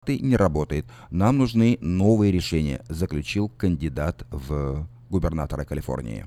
не работает. Нам нужны новые решения, заключил кандидат в губернатора Калифорнии.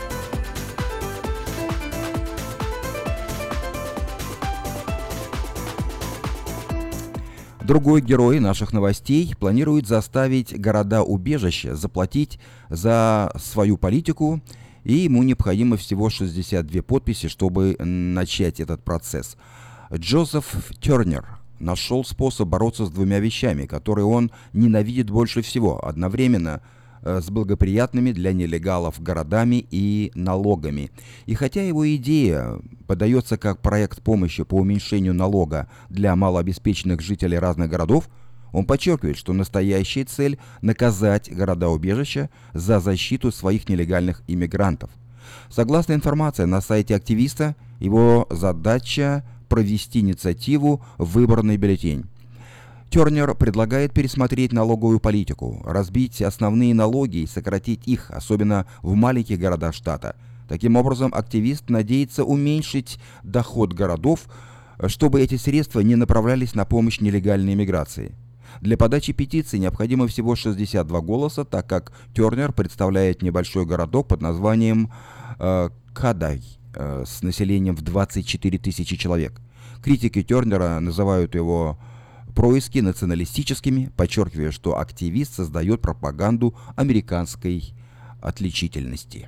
Другой герой наших новостей планирует заставить города-убежища заплатить за свою политику, и ему необходимо всего 62 подписи, чтобы начать этот процесс. Джозеф Тернер нашел способ бороться с двумя вещами, которые он ненавидит больше всего, одновременно с благоприятными для нелегалов городами и налогами. И хотя его идея подается как проект помощи по уменьшению налога для малообеспеченных жителей разных городов, он подчеркивает, что настоящая цель – наказать города-убежища за защиту своих нелегальных иммигрантов. Согласно информации на сайте активиста, его задача – провести инициативу «Выборный бюллетень». Тернер предлагает пересмотреть налоговую политику, разбить основные налоги и сократить их, особенно в маленьких городах штата. Таким образом, активист надеется уменьшить доход городов, чтобы эти средства не направлялись на помощь нелегальной иммиграции. Для подачи петиции необходимо всего 62 голоса, так как Тернер представляет небольшой городок под названием Кадай с населением в 24 тысячи человек. Критики Тернера называют его происки националистическими, подчеркивая, что активист создает пропаганду американской отличительности.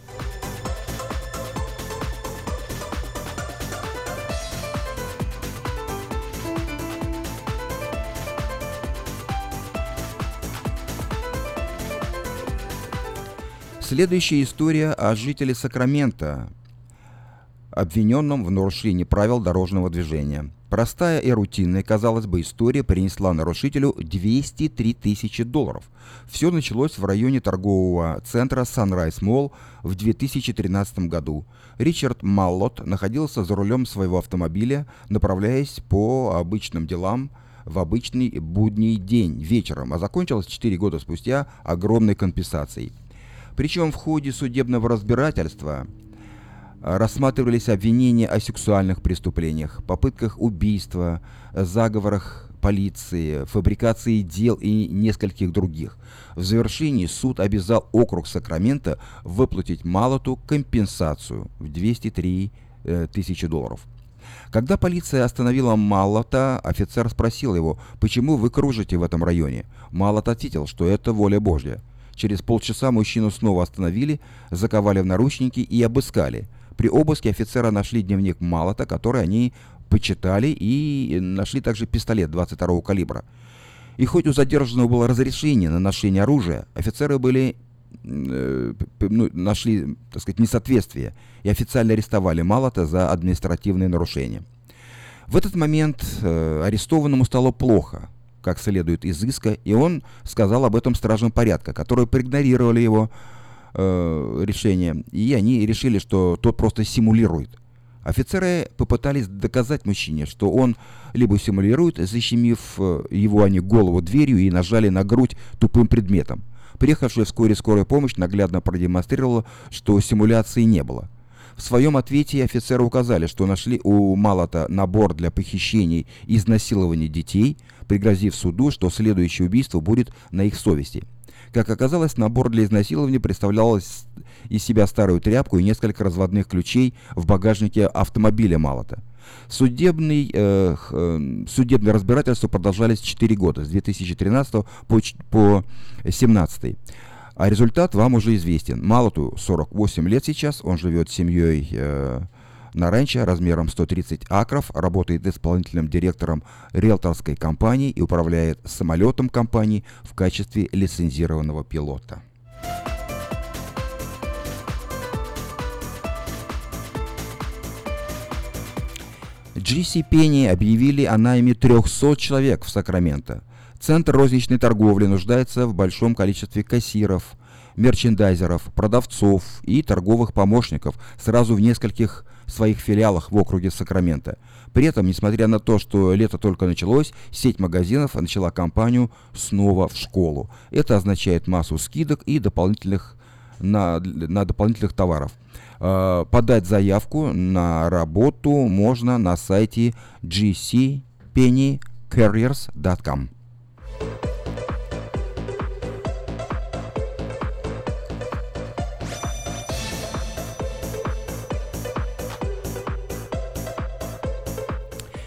Следующая история о жителе Сакрамента, обвиненном в нарушении правил дорожного движения. Простая и рутинная, казалось бы, история принесла нарушителю $203 тысячи. Все началось в районе торгового центра Sunrise Mall в 2013 году. Ричард Маллот находился за рулем своего автомобиля, направляясь по обычным делам в обычный будний день вечером, а закончилось 4 года спустя огромной компенсацией. Причем в ходе судебного разбирательства рассматривались обвинения о сексуальных преступлениях, попытках убийства, заговорах полиции, фабрикации дел и нескольких других. В завершении суд обязал округ Сакраменто выплатить Маллоту компенсацию в $203 тысячи. Когда полиция остановила Маллота, офицер спросил его, почему вы кружите в этом районе. Маллот ответил, что это воля Божья. Через полчаса мужчину снова остановили, заковали в наручники и обыскали. При обыске офицера нашли дневник Маллота, который они почитали, и нашли также пистолет 22-го калибра. И хоть у задержанного было разрешение на ношение оружия, офицеры нашли, так сказать, несоответствие и официально арестовали Маллота за административные нарушения. В этот момент арестованному стало плохо, как следует из иска, и он сказал об этом стражам порядка, которые проигнорировали его решение, и они решили, что тот просто симулирует. Офицеры попытались доказать мужчине, что он либо симулирует, защемив его они голову дверью и нажали на грудь тупым предметом. Приехавшая вскоре скорая помощь наглядно продемонстрировала, что симуляции не было. В своем ответе офицеры указали, что нашли у Маллота набор для похищений и изнасилования детей, пригрозив суду, что следующее убийство будет на их совести. Как оказалось, набор для изнасилования представлял из себя старую тряпку и несколько разводных ключей в багажнике автомобиля Маллота. Судебные разбирательства продолжались 4 года, с 2013 по 2017. А результат вам уже известен. Маллоту 48 лет сейчас, он живет с семьей на ранчо размером 130 акров, работает исполнительным директором риэлторской компании и управляет самолетом компании в качестве лицензированного пилота. JCPenney объявили о найме 300 человек в Сакраменто. Центр розничной торговли нуждается в большом количестве кассиров, мерчендайзеров, продавцов и торговых помощников сразу в нескольких своих филиалах в округе Сакраменто. При этом, несмотря на то, что лето только началось, сеть магазинов начала кампанию «Снова в школу». Это означает массу скидок и дополнительных товаров. Подать заявку на работу можно на сайте gcpennycarriers.com.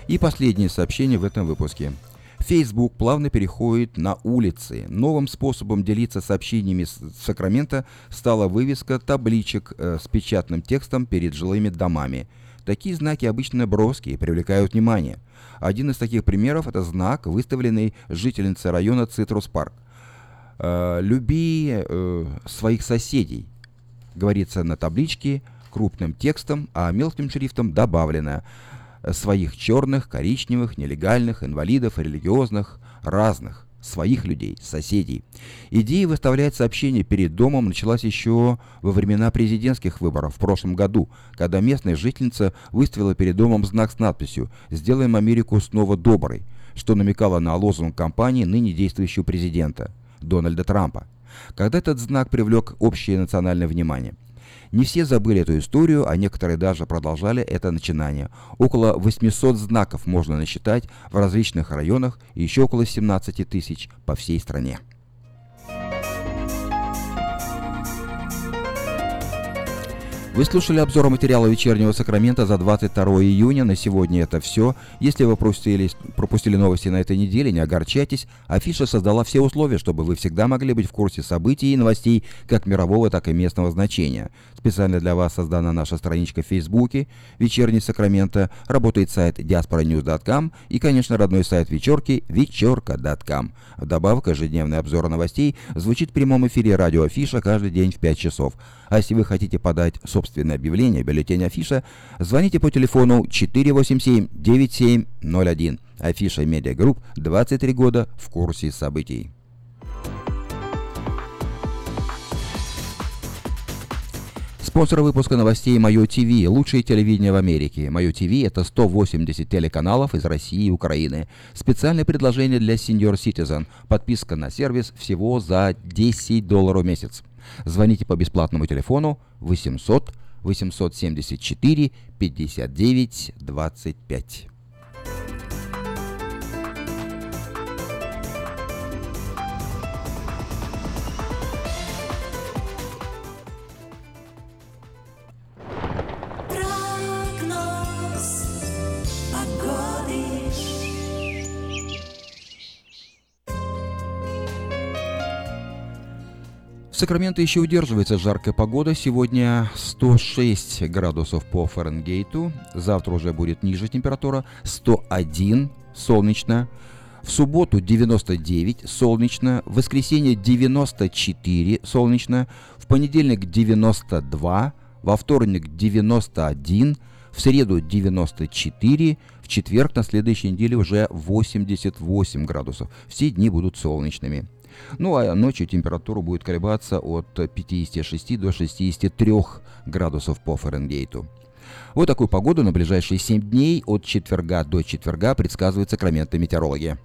И последнее сообщение в этом выпуске. Facebook плавно переходит на улицы. Новым способом делиться сообщениями с Сакрамента стала вывеска табличек с печатным текстом перед жилыми домами. Такие знаки обычно броские и привлекают внимание. Один из таких примеров – это знак, выставленный жительницей района Цитрус Парк. «Люби своих соседей», говорится на табличке крупным текстом, а мелким шрифтом добавлено «своих черных, коричневых, нелегальных, инвалидов, религиозных, разных». Своих людей, соседей. Идея выставлять сообщения перед домом началась еще во времена президентских выборов в прошлом году, когда местная жительница выставила перед домом знак с надписью «Сделаем Америку снова доброй», что намекало на лозунг кампании ныне действующего президента Дональда Трампа. Когда этот знак привлек общее национальное внимание. Не все забыли эту историю, а некоторые даже продолжали это начинание. Около 800 знаков можно насчитать в различных районах и еще около 17 тысяч по всей стране. Вы слушали обзор материала «Вечернего Сакрамента» за 22 июня. На сегодня это все. Если вы пропустили новости на этой неделе, не огорчайтесь. Афиша создала все условия, чтобы вы всегда могли быть в курсе событий и новостей как мирового, так и местного значения. Специально для вас создана наша страничка в Фейсбуке «Вечерний Сакрамента». Работает сайт diasporanews.com и, конечно, родной сайт вечерки вечерка.com. Вдобавок, ежедневный обзор новостей звучит в прямом эфире радио Афиша каждый день в 5 часов. А если вы хотите подать собственное объявление, бюллетень Афиша, звоните по телефону 487-9701. Афиша Медиа Групп, 23 года в курсе событий. Спонсор выпуска новостей Мое ТВ, лучшее телевидение в Америке. Мое ТВ – это 180 телеканалов из России и Украины. Специальное предложение для Senior Citizen. Подписка на сервис всего за $10 в месяц. Звоните по бесплатному телефону 800-874-59-25. В Сакраменто еще удерживается жаркая погода. Сегодня 106 градусов по Фаренгейту. Завтра уже будет ниже температура. 101 солнечно. В субботу 99 солнечно. В воскресенье 94 солнечно. В понедельник 92. Во вторник 91. В среду 94. В четверг на следующей неделе уже 88 градусов. Все дни будут солнечными. Ну а ночью температура будет колебаться от 56 до 63 градусов по Фаренгейту. Вот такую погоду на ближайшие 7 дней от четверга до четверга предсказывают Сакраменто метеорологи.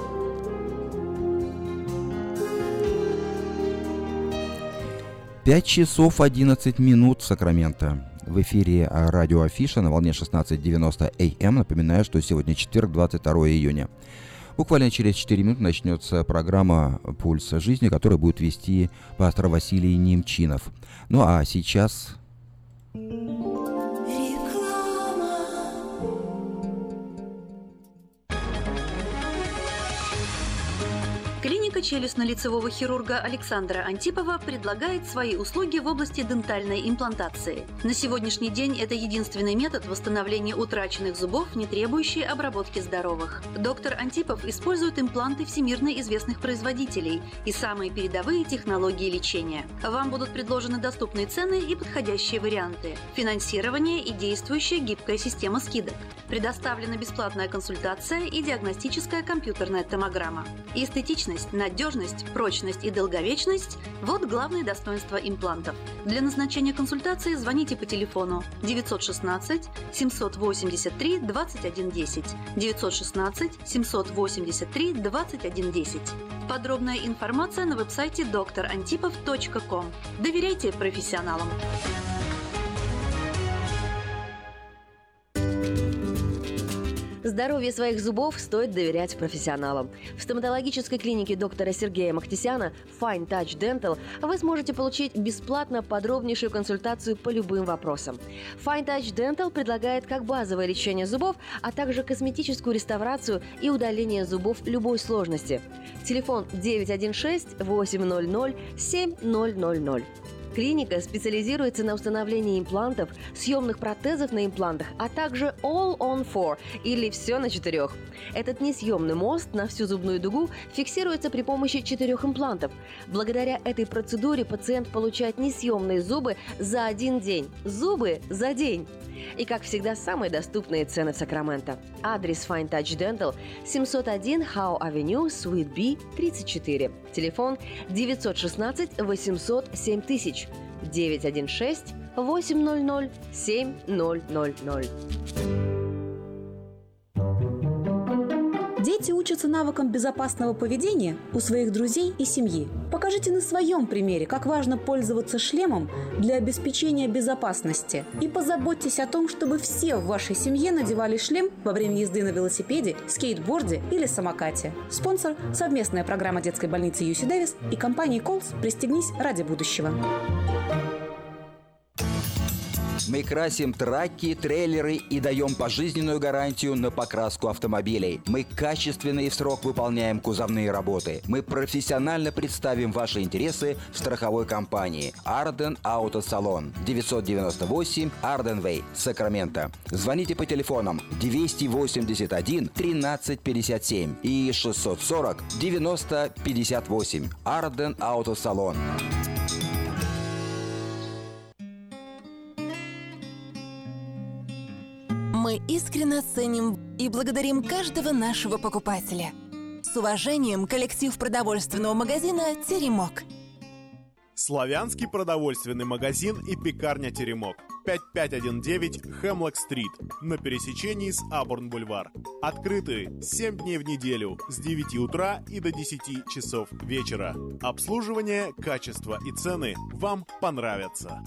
Пять часов 11 минут Сакраменто. В эфире радио Афиша на волне 16:90 АМ. Напоминаю, что сегодня четверг, 22 июня. Буквально через 4 минуты начнется программа «Пульс жизни», которую будет вести пастор Василий Немчинов. Ну а сейчас... Клиника челюстно-лицевого хирурга Александра Антипова предлагает свои услуги в области дентальной имплантации. На сегодняшний день это единственный метод восстановления утраченных зубов, не требующий обработки здоровых. Доктор Антипов использует импланты всемирно известных производителей и самые передовые технологии лечения. Вам будут предложены доступные цены и подходящие варианты. Финансирование и действующая гибкая система скидок. Предоставлена бесплатная консультация и диагностическая компьютерная томограмма. Эстетичность, надежность, прочность и долговечность – вот главные достоинства имплантов. Для назначения консультации звоните по телефону 916 783 2110, 916 783 2110. Подробная информация на веб-сайте drantipov.com. Доверяйте профессионалам. Здоровье своих зубов стоит доверять профессионалам. В стоматологической клинике доктора Сергея Махтисяна Fine Touch Dental вы сможете получить бесплатно подробнейшую консультацию по любым вопросам. Fine Touch Dental предлагает как базовое лечение зубов, а также косметическую реставрацию и удаление зубов любой сложности. Телефон 916-800-7000. Клиника специализируется на установлении имплантов, съемных протезов на имплантах, а также All on 4 или «Все на 4». Этот несъемный мост на всю зубную дугу фиксируется при помощи 4 имплантов. Благодаря этой процедуре пациент получает несъемные зубы за 1 день. Зубы за день! И, как всегда, самые доступные цены в Сакраменто. Адрес Fine Touch Dental 701 Howe Avenue, Suite B, 34. Телефон 916-800-7000. 916-800-7000. Дети учатся навыкам безопасного поведения у своих друзей и семьи. Покажите на своем примере, как важно пользоваться шлемом для обеспечения безопасности. И позаботьтесь о том, чтобы все в вашей семье надевали шлем во время езды на велосипеде, скейтборде или самокате. Спонсор – совместная программа детской больницы UC Davis и компании Колс «Пристегнись ради будущего». Мы красим траки, трейлеры и даем пожизненную гарантию на покраску автомобилей. Мы качественно и в срок выполняем кузовные работы. Мы профессионально представим ваши интересы в страховой компании Arden Auto Salon, 998 Arden Way, Сакраменто. Звоните по телефонам 281 13 57 и 640 90 58. Arden Auto Salon. Мы искренне ценим и благодарим каждого нашего покупателя. С уважением, коллектив продовольственного магазина «Теремок». Славянский продовольственный магазин и пекарня «Теремок». 5519 Хемлок-стрит на пересечении с Абурн-бульвар. Открыты 7 дней в неделю с 9 утра и до 10 часов вечера. Обслуживание, качество и цены вам понравятся.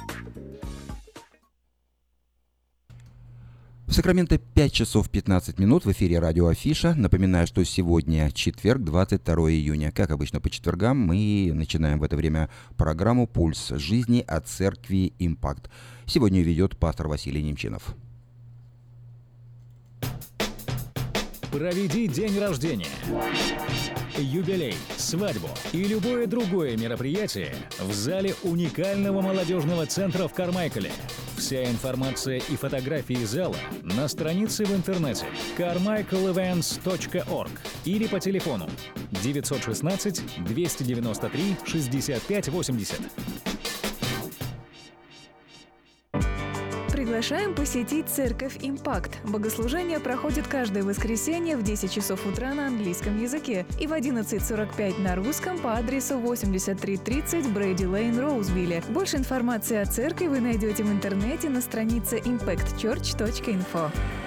В Сакраменто 5 часов 15 минут, в эфире радио Афиша. Напоминаю, что сегодня четверг, 22 июня. Как обычно по четвергам мы начинаем в это время программу «Пульс жизни» от церкви «Импакт». Сегодня ведет пастор Василий Немчинов. Проведи день рождения, юбилей, свадьбу и любое другое мероприятие в зале уникального молодежного центра в Кармайкле. Вся информация и фотографии зала на странице в интернете carmichaelevents.org или по телефону 916-293-6580. Приглашаем посетить церковь «Импакт». Богослужение проходит каждое воскресенье в 10 часов утра на английском языке и в 11:45 на русском по адресу 8330 Брейди Лейн, Роузвилле. Больше информации о церкви вы найдете в интернете на странице impactchurch.info.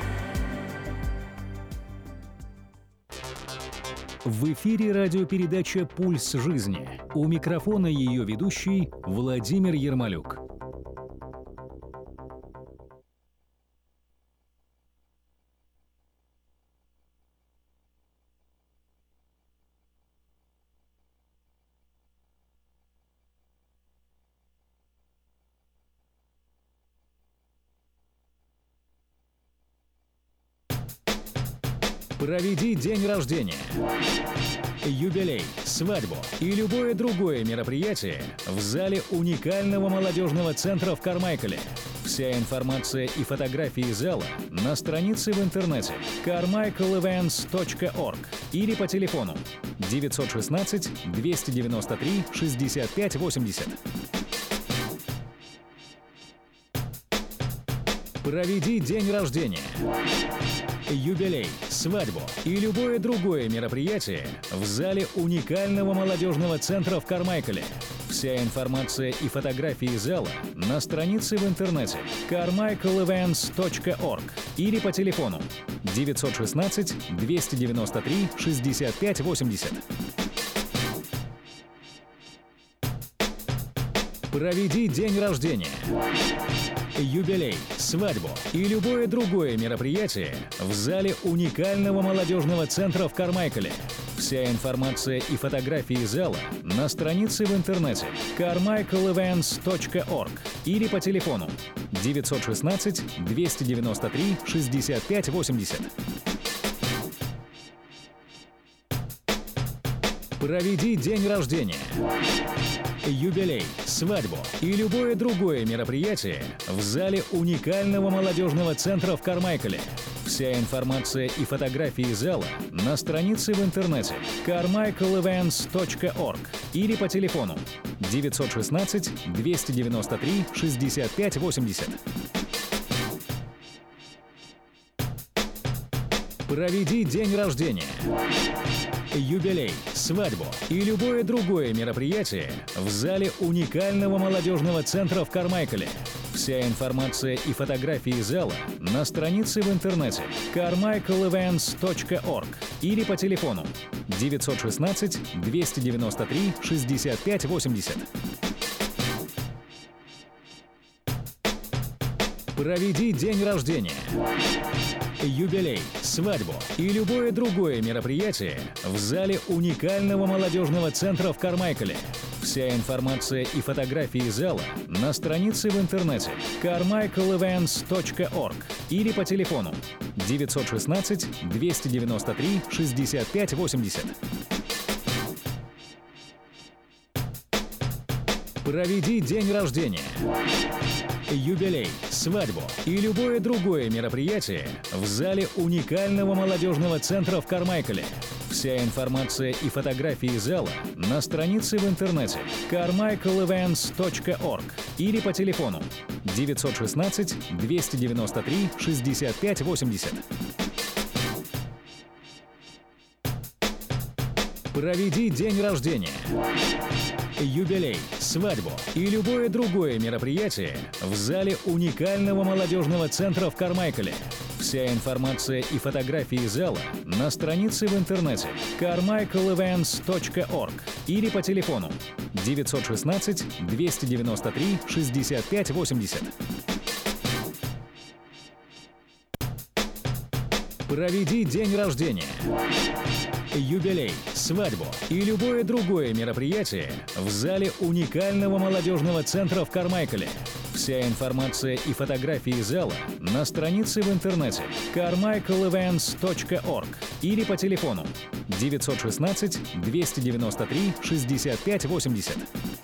В эфире радиопередача «Пульс жизни». У микрофона ее ведущий Владимир Ермолюк. Проведи день рождения, юбилей, свадьбу и любое другое мероприятие в зале уникального молодежного центра в Кармайкле. Вся информация и фотографии зала на странице в интернете carmichaelevents.org или по телефону 916-293-6580. Проведи день рождения, юбилей, свадьбу и любое другое мероприятие в зале уникального молодежного центра в Кармайкле. Вся информация и фотографии зала на странице в интернете carmichaelevents.org или по телефону 916-293-6580. Проведи день рождения, юбилей, свадьбу и любое другое мероприятие в зале уникального молодежного центра в Кармайкале. Вся информация и фотографии зала на странице в интернете carmichaelevents.org или по телефону 916 293 65 80. Проведи день рождения, юбилей, свадьбу и любое другое мероприятие в зале уникального молодежного центра в Кармайкале. Вся информация и фотографии зала на странице в интернете carmichaelevents.org или по телефону 916 293 65 80. Проведи день рождения, юбилей, свадьбу и любое другое мероприятие в зале уникального молодежного центра в Кармайкале. Вся информация и фотографии зала на странице в интернете carmichaelevents.org или по телефону 916 293 65 80. Проведи день рождения, юбилей, свадьбу и любое другое мероприятие в зале уникального молодежного центра в Кармайкале. Вся информация и фотографии зала на странице в интернете carmichaelevents.org или по телефону 916 293 65 80. Проведи день рождения, юбилей, свадьбу и любое другое мероприятие в зале уникального молодежного центра в Кармайкале. Вся информация и фотографии зала на странице в интернете carmichaelevents.org или по телефону 916 293 65 80. Проведи день рождения, юбилей, свадьбу и любое другое мероприятие в зале уникального молодежного центра в Кармайкале. Вся информация и фотографии зала на странице в интернете carmichaelevents.org или по телефону 916 293 65 80. Проведи день рождения, юбилей, свадьбу и любое другое мероприятие в зале уникального молодежного центра в Кармайкале. Вся информация и фотографии зала на странице в интернете carmichaelevents.org или по телефону 916 293 65 80.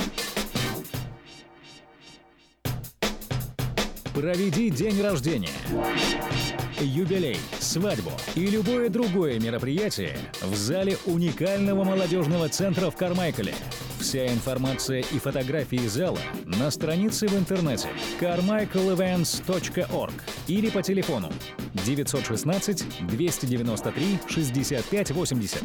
Проведи день рождения, юбилей, свадьбу и любое другое мероприятие в зале уникального молодежного центра в Кармайкале. Вся информация и фотографии зала на странице в интернете carmichaelevents.org или по телефону 916 293 65 80.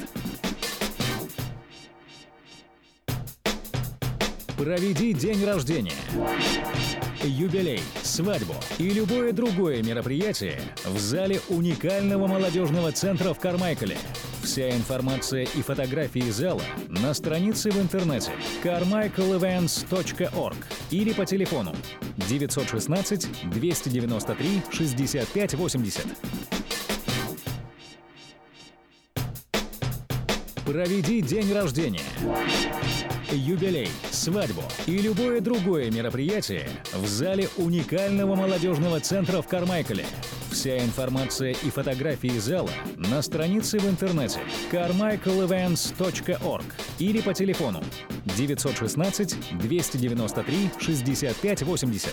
Проведи день рождения, юбилей, свадьбу и любое другое мероприятие в зале уникального молодежного центра в Кармайкале. Вся информация и фотографии зала на странице в интернете carmichaelevents.org или по телефону 916 293 65 80. Проведи день рождения, юбилей, свадьбу и любое другое мероприятие в зале уникального молодежного центра в Кармайкале. Вся информация и фотографии зала на странице в интернете carmichaelevents.org или по телефону 916 293 65 80.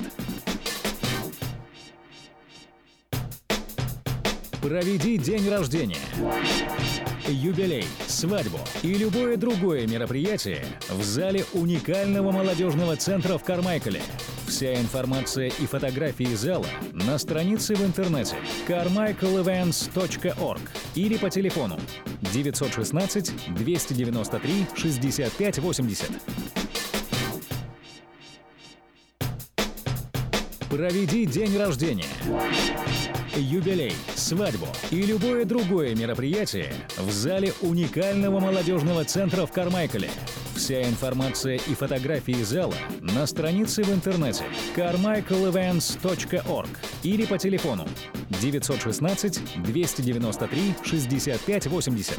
Проведи день рождения, юбилей, свадьбу и любое другое мероприятие в зале уникального молодежного центра в Кармайкале. Вся информация и фотографии зала на странице в интернете carmichaelevents.org или по телефону 916 293 65 80. Проведи день рождения, юбилей, свадьбу и любое другое мероприятие в зале уникального молодежного центра в Кармайкале. Вся информация и фотографии зала на странице в интернете carmichaelevents.org или по телефону 916 293 65 80.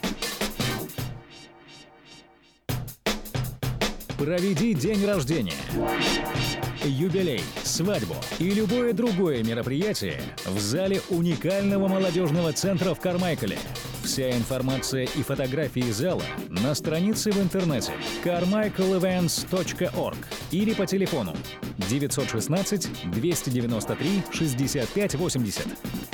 Проведи день рождения, юбилей, свадьбу и любое другое мероприятие в зале уникального молодежного центра в Кармайкале. Вся информация и фотографии зала на странице в интернете carmichaelevents.org или по телефону 916 293 65 80.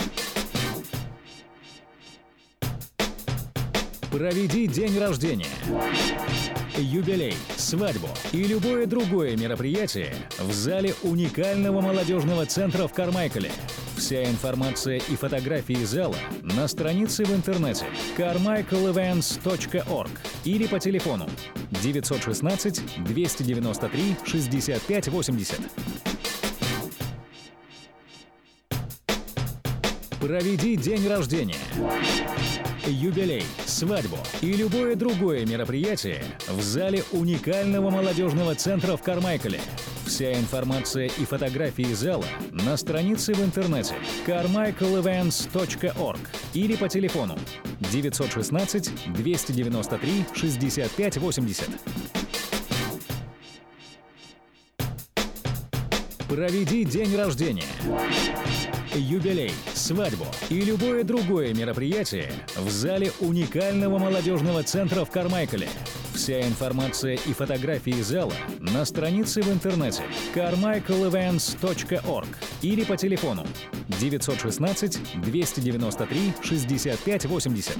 Проведи день рождения, юбилей, свадьбу и любое другое мероприятие в зале уникального молодежного центра в Кармайкале. Вся информация и фотографии зала на странице в интернете carmichaelevents.org или по телефону 916 293 65 80. Проведи день рождения, юбилей, свадьбу и любое другое мероприятие в зале уникального молодежного центра в Кармайкале. Вся информация и фотографии зала на странице в интернете carmichaelevents.org или по телефону 916 293 65 80. Проведи день рождения, юбилей, свадьбу и любое другое мероприятие в зале уникального молодежного центра в Кармайкале. Вся информация и фотографии зала на странице в интернете carmichaelevents.org или по телефону 916 293 65 80.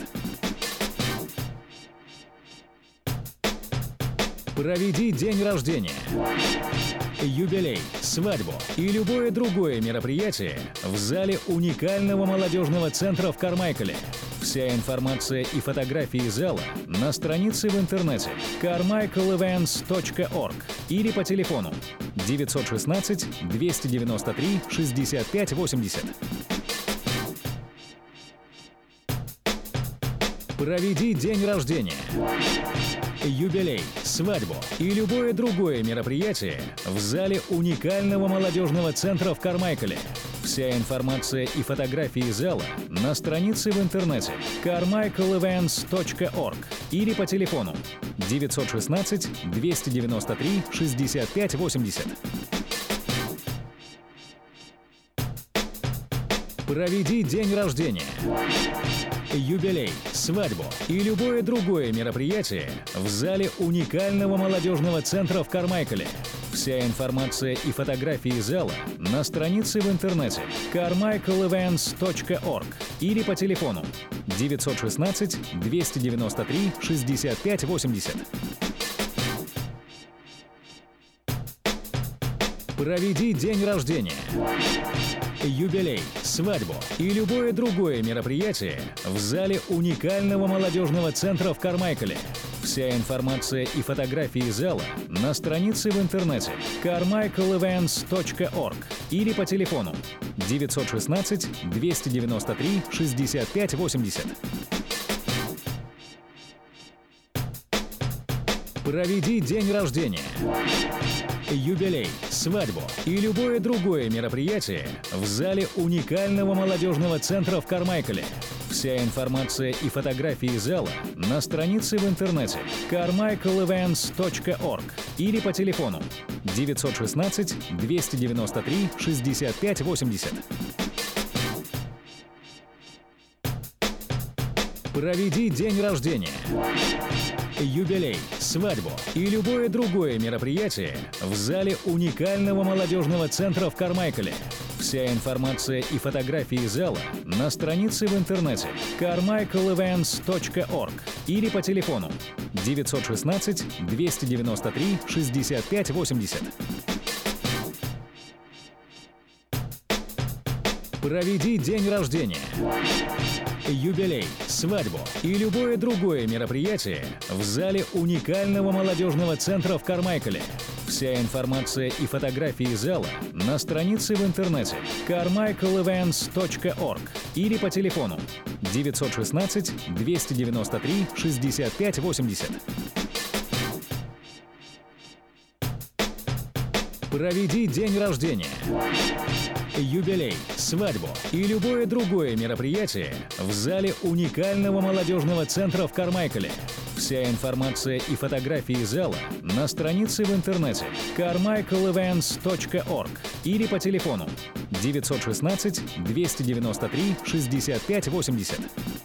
Проведи день рождения, юбилей, свадьбу и любое другое мероприятие в зале уникального молодежного центра в Кармайкале. Вся информация и фотографии зала на странице в интернете carmichaelevents.org или по телефону 916 293 65 80. Проведи день рождения, юбилей, свадьбу и любое другое мероприятие в зале уникального молодежного центра в Кармайкале. Вся информация и фотографии зала на странице в интернете carmichaelevents.org или по телефону 916 293 65 80. Проведи день рождения, юбилей, свадьбу и любое другое мероприятие в зале уникального молодежного центра в Кармайкале. Вся информация и фотографии зала на странице в интернете carmichaelevents.org или по телефону 916 293 65 80. Проведи день рождения, юбилей, свадьбу и любое другое мероприятие в зале уникального молодежного центра в Кармайкале. Вся информация и фотографии зала на странице в интернете carmichaelevents.org или по телефону 916 293 65 80. Проведи день рождения, юбилей, свадьбу и любое другое мероприятие в зале уникального молодежного центра в Кармайкале. Вся информация и фотографии зала на странице в интернете carmichaelevents.org или по телефону 916 293 65 80. Проведи день рождения, юбилей, свадьбу и любое другое мероприятие в зале уникального молодежного центра в Кармайкале. Вся информация и фотографии зала на странице в интернете carmichaelevents.org или по телефону 916 293 65 80. Проведи день рождения, юбилей, свадьбу и любое другое мероприятие в зале уникального молодежного центра в Кармайкале. Вся информация и фотографии зала на странице в интернете carmichaelevents.org или по телефону 916 293 65 80. Проведи день рождения, юбилей, свадьбу и любое другое мероприятие в зале уникального молодежного центра в Кармайкале. Вся информация и фотографии зала на странице в интернете carmichaelevents.org или по телефону 916 293 65 80.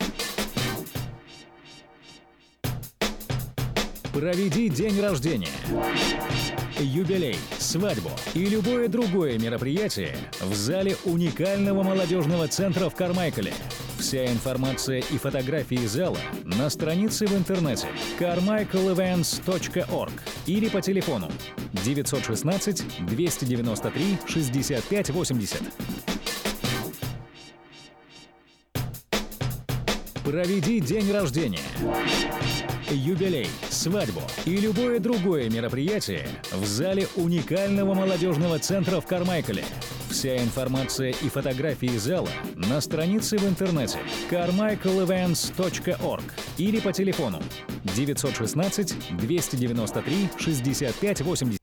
Проведи день рождения, юбилей, свадьбу и любое другое мероприятие в зале уникального молодежного центра в Кармайкале. Вся информация и фотографии зала на странице в интернете carmichaelevents.org или по телефону 916 293 65 80. Проведи день рождения, юбилей, свадьбу и любое другое мероприятие в зале уникального молодежного центра в Кармайкале. Вся информация и фотографии зала на странице в интернете carmichaelevents.org или по телефону 916 293 65 80.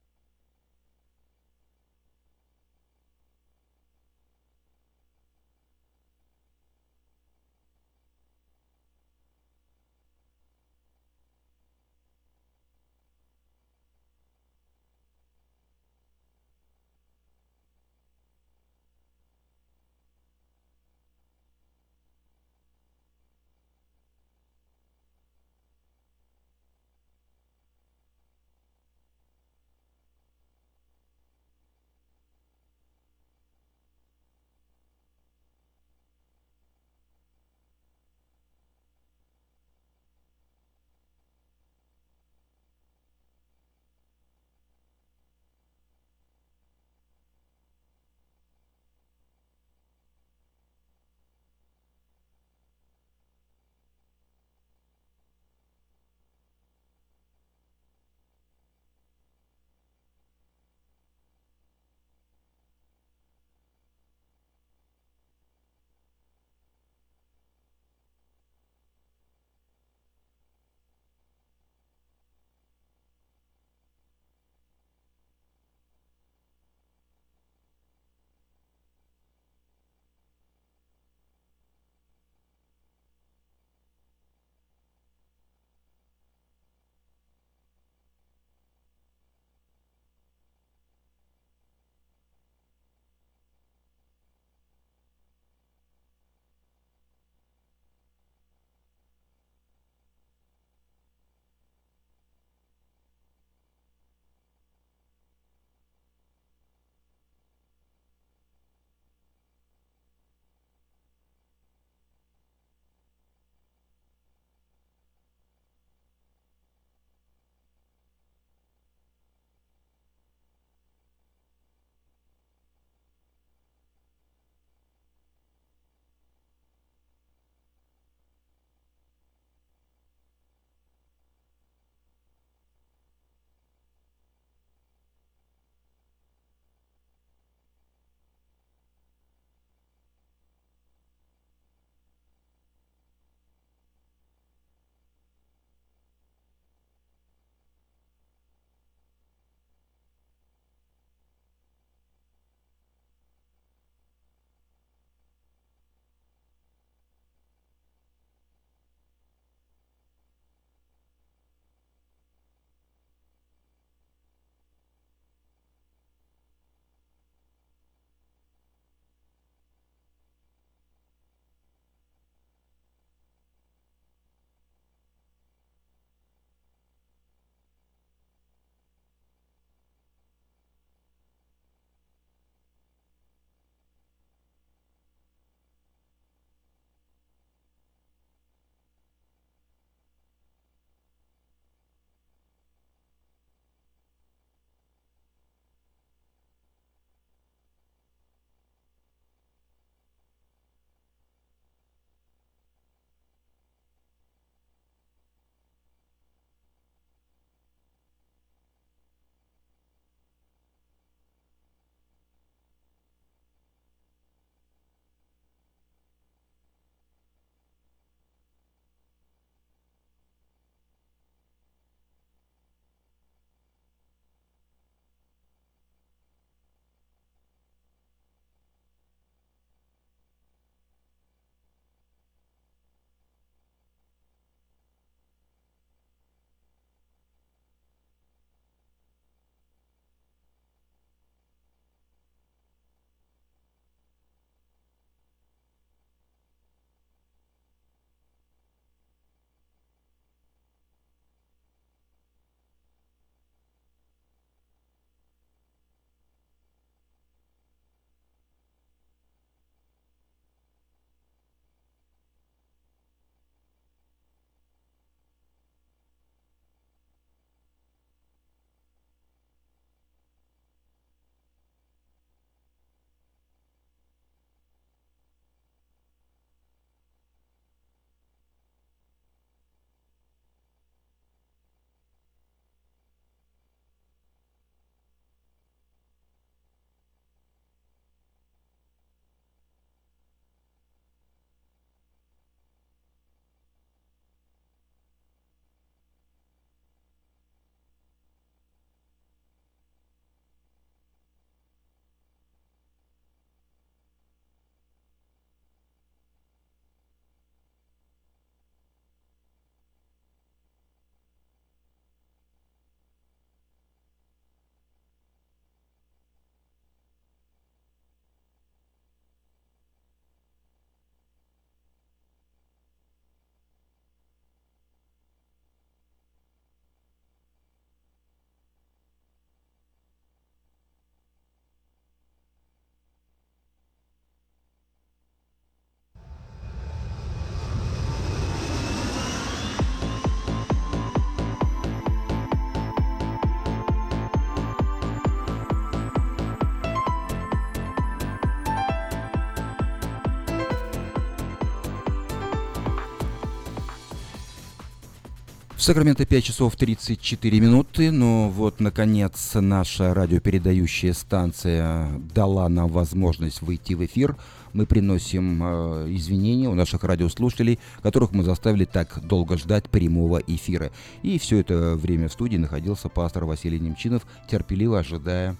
В Сакраменто 5 часов 34 минуты, но вот, наконец, наша радиопередающая станция дала нам возможность выйти в эфир. Мы приносим извинения у наших радиослушателей, которых мы заставили так долго ждать прямого эфира. И все это время в студии находился пастор Василий Немчинов, терпеливо ожидая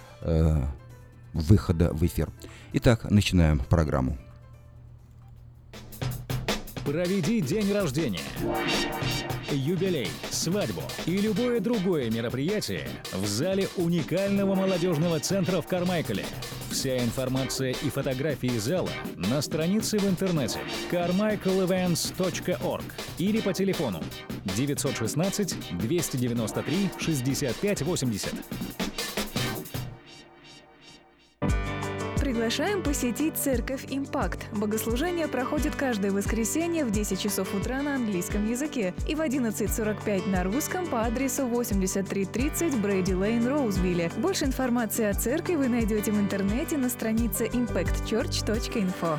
выхода в эфир. Итак, начинаем программу. Проведи день рождения, юбилей, свадьбу и любое другое мероприятие в зале уникального молодежного центра в Кармайкале. Вся информация и фотографии зала на странице в интернете carmichaelevents.org или по телефону 916 293 65 80. Приглашаем посетить Церковь Импакт. Богослужение проходит каждое воскресенье в 10 часов утра на английском языке и в 11:45 на русском по адресу 8330 Брейди Лейн, Роузвилле. Больше информации о церкви вы найдете в интернете на странице impactchurch.info.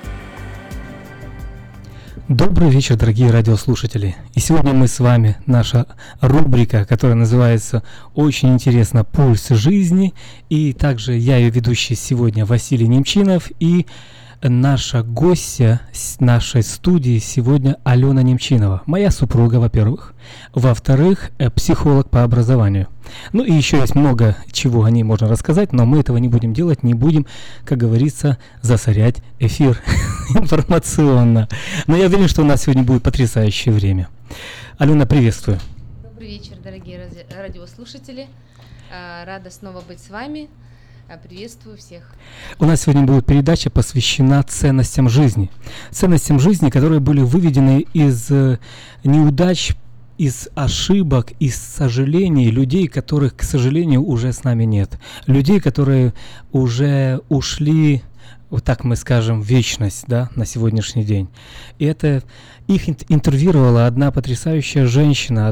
Добрый вечер, дорогие радиослушатели. И сегодня мы с вами, наша рубрика, которая называется очень интересно «Пульс жизни». И также я ее ведущий сегодня Василий Немчинов и наша гостья нашей студии сегодня Алена Немчинова. Моя супруга, во-первых. Во-вторых, психолог по образованию. Ну и еще есть много чего о ней можно рассказать, но мы этого не будем делать, не будем, как говорится, засорять эфир информационно. Но я уверен, что у нас сегодня будет потрясающее время. Алена, приветствую. Добрый вечер, дорогие радиослушатели. Рада снова быть с вами. Приветствую всех. У нас сегодня будет передача, посвящена ценностям жизни. Ценностям жизни, которые были выведены из неудач, из ошибок, из сожалений людей, которых, к сожалению, уже с нами нет. Людей, которые уже ушли, вот так мы скажем, в вечность, да, на сегодняшний день. И это их интервьюировала одна потрясающая женщина,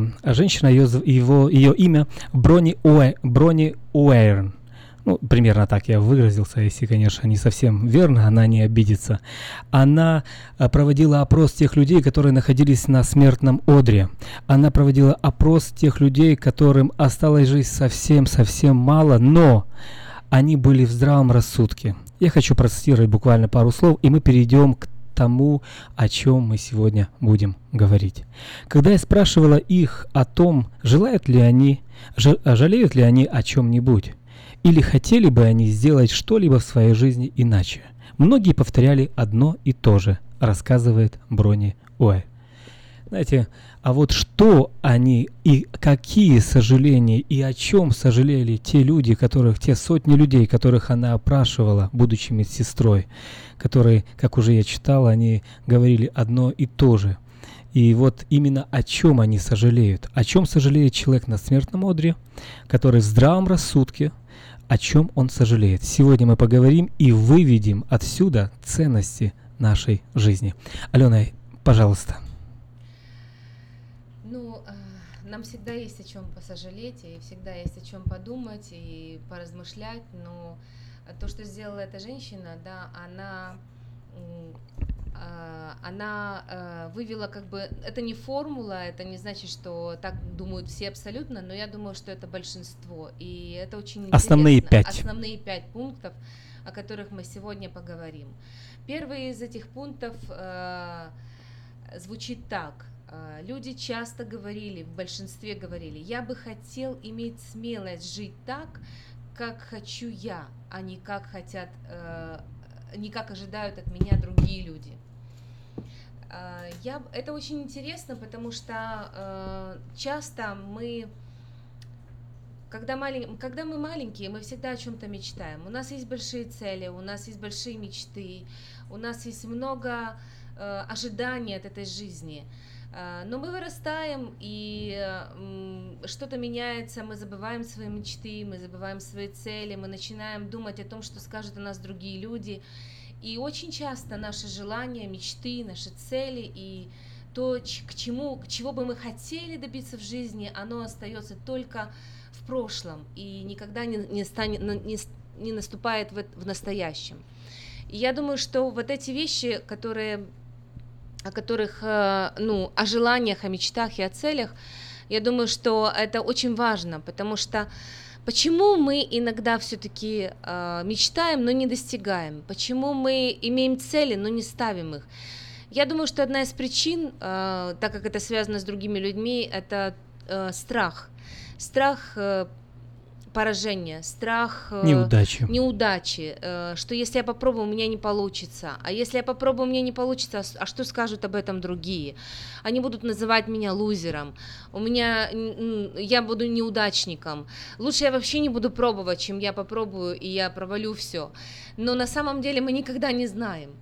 ее имя Бронни Уэйрн. Ну, примерно так я выразился, если, конечно, не совсем верно, она не обидится. Она проводила опрос тех людей, которые находились на смертном одре. Она проводила опрос тех людей, которым осталось жить совсем мало, но они были в здравом рассудке. Я хочу процитировать буквально пару слов, и мы перейдем к тому, о чем мы сегодня будем говорить. Когда я спрашивала их о том, жалеют ли они о чем-нибудь, или хотели бы они сделать что-либо в своей жизни иначе, многие повторяли одно и то же, рассказывает Бронни Уэйрн. Знаете, а вот что они и какие сожаления и о чем сожалели те люди, те сотни людей, которых она опрашивала, будучи медсестрой, которые, как уже я читал, они говорили одно и то же. И вот именно о чем они сожалеют. О чем сожалеет человек на смертном одре, который в здравом рассудке, о чем он сожалеет. Сегодня мы поговорим и выведем отсюда ценности нашей жизни. Алена, пожалуйста. Нам всегда есть о чем посожалеть, и всегда есть о чем подумать и поразмышлять, но то, что сделала эта женщина, да, она вывела это не формула, это не значит, что так думают все абсолютно, но я думаю, что это большинство, и это очень интересно. Основные 5 пунктов, о которых мы сегодня поговорим. Первый из этих пунктов звучит так. Люди часто говорили, в большинстве говорили: я бы хотел иметь смелость жить так, как хочу я, а не как ожидают от меня другие люди. Это очень интересно, потому что часто когда мы маленькие, мы всегда о чем-то мечтаем. У нас есть большие цели, у нас есть большие мечты, у нас есть много ожиданий от этой жизни. Но мы вырастаем, и что-то меняется, мы забываем свои мечты, мы забываем свои цели, мы начинаем думать о том, что скажут о нас другие люди. И очень часто наши желания, мечты, наши цели и то, чего бы мы хотели добиться в жизни, оно остается только в прошлом и никогда не наступает в настоящем. И я думаю, что вот эти вещи, которые о желаниях, о мечтах и о целях, я думаю, что это очень важно, потому что почему мы иногда все-таки мечтаем, но не достигаем? Почему мы имеем цели, но не ставим их? Я думаю, что одна из причин, так как это связано с другими людьми, это страх. Страх поражения, страх неудачи, что если я попробую, у меня не получится, а если я попробую, у меня не получится, а что скажут об этом другие? Они будут называть меня лузером, я буду неудачником, лучше я вообще не буду пробовать, чем я попробую и я провалю все. Но на самом деле мы никогда не знаем,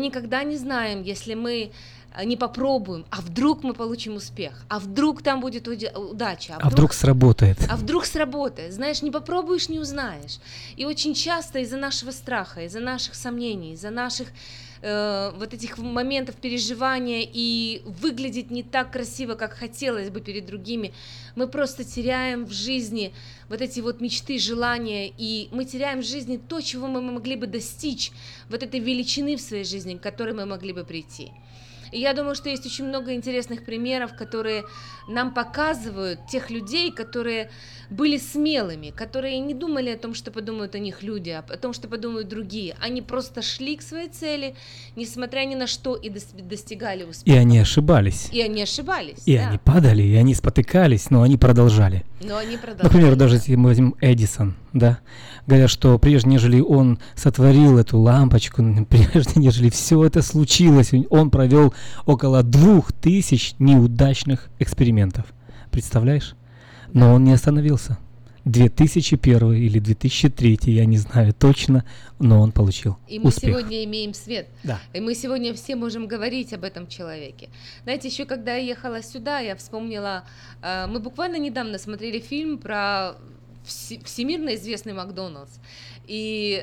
если мы не попробуем, а вдруг мы получим успех, а вдруг там будет удача, а вдруг сработает. Знаешь, не попробуешь, не узнаешь. И очень часто из-за нашего страха, из-за наших сомнений, из-за наших вот этих моментов переживания и выглядеть не так красиво, как хотелось бы перед другими, мы просто теряем в жизни вот эти вот мечты, желания, и мы теряем в жизни то, чего мы могли бы достичь, вот этой величины в своей жизни, к которой мы могли бы прийти. И я думаю, что есть очень много интересных примеров, которые нам показывают тех людей, которые были смелыми, которые не думали о том, что подумают о них люди, а о том, что подумают другие. Они просто шли к своей цели, несмотря ни на что, и достигали успеха. И они ошибались. И они падали, и они спотыкались, но они продолжали. Например, даже если мы возьмем Эдисон, да, говорят, что прежде нежели он сотворил эту лампочку, прежде нежели все это случилось, он провел около 2000 неудачных экспериментов. Представляешь? Но он не остановился. 2001 или 2003, я не знаю точно, но он получил и мы успех. Сегодня имеем свет. Да. И мы сегодня все можем говорить об этом человеке. Знаете, еще когда я ехала сюда, я вспомнила, мы буквально недавно смотрели фильм про всемирно известный Макдональдс. И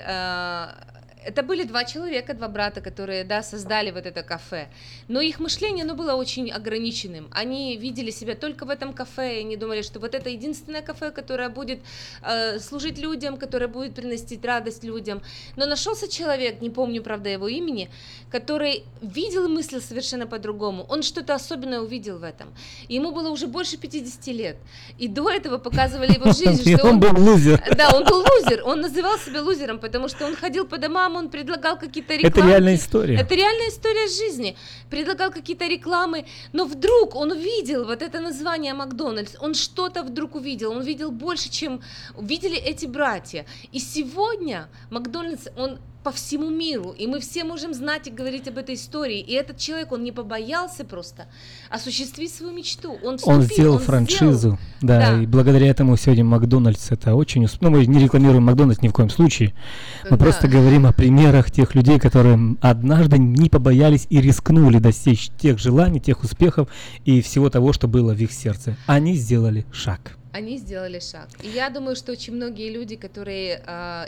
это были два человека, два брата, которые, создали вот это кафе. Но их мышление, было очень ограниченным. Они видели себя только в этом кафе, и они думали, что вот это единственное кафе, которое будет служить людям, которое будет приносить радость людям. Но нашелся человек, не помню, правда, его имени, который видел и мыслил совершенно по-другому. Он что-то особенное увидел в этом. Ему было уже больше 50 лет. И до этого показывали его жизнь, что он был лузер. Да, он был лузер. Он называл себя лузером, потому что он ходил по домам, он предлагал какие-то рекламы. Это реальная история. Это реальная история жизни. Предлагал какие-то рекламы, но вдруг он увидел вот это название Макдональдс. Он что-то вдруг увидел. Он видел больше, чем видели эти братья. И сегодня Макдональдс, он по всему миру, и мы все можем знать и говорить об этой истории. И этот человек, он не побоялся просто осуществить свою мечту. Он сделал франшизу, да, и благодаря этому сегодня Макдональдс это очень успешно. Мы не рекламируем Макдональдс ни в коем случае, мы просто говорим о примерах тех людей, которые однажды не побоялись и рискнули достичь тех желаний, тех успехов и всего того, что было в их сердце. Они сделали шаг. Они сделали шаг. И я думаю, что очень многие люди, которые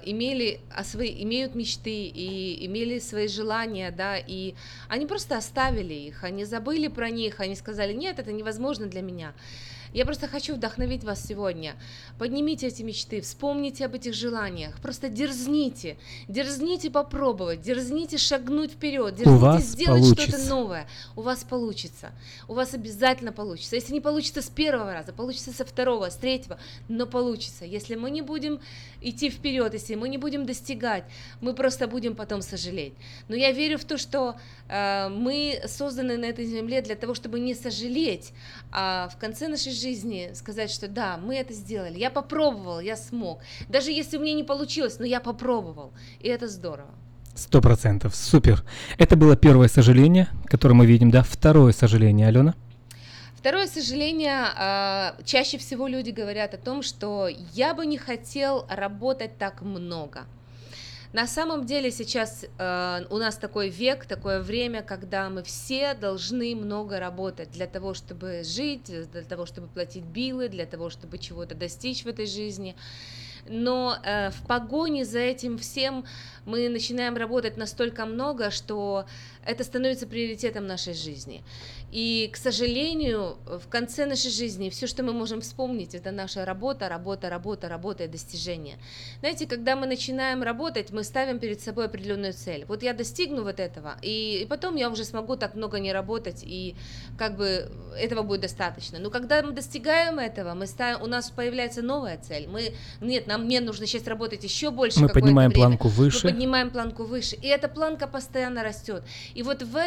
имеют мечты и имели свои желания, и они просто оставили их, они забыли про них, они сказали: нет, это невозможно для меня. Я просто хочу вдохновить вас сегодня. Поднимите эти мечты, вспомните об этих желаниях, просто дерзните попробовать, дерзните шагнуть вперед, дерзните сделать что-то новое. У вас получится, у вас обязательно получится. Если не получится с первого раза, получится со второго, с третьего, но получится. Если мы не будем идти вперед, если мы не будем достигать, мы просто будем потом сожалеть. Но я верю в то, что мы созданы на этой земле для того, чтобы не сожалеть, а в конце нашей жизни сказать, что да, мы это сделали, я попробовал, я смог. Даже если у меня не получилось, но я попробовал, и это здорово. 100%, супер. Это было первое сожаление, которое мы видим, да? Второе сожаление, Алена? Второе сожаление, чаще всего люди говорят о том, что я бы не хотел работать так много. На самом деле сейчас у нас такой век, такое время, когда мы все должны много работать для того, чтобы жить, для того, чтобы платить биллы, для того, чтобы чего-то достичь в этой жизни. Но в погоне за этим всем мы начинаем работать настолько много, что это становится приоритетом нашей жизни. И, к сожалению, в конце нашей жизни все, что мы можем вспомнить, это наша работа, работа, работа, работа и достижения. Знаете, когда мы начинаем работать, мы ставим перед собой определенную цель. Вот я достигну вот этого, и потом я уже смогу так много не работать, и как бы этого будет достаточно. Но когда мы достигаем этого, у нас появляется новая цель. Мне нужно сейчас работать еще больше. Мы поднимаем планку выше. Мы поднимаем планку выше, и эта планка постоянно растет. И вот в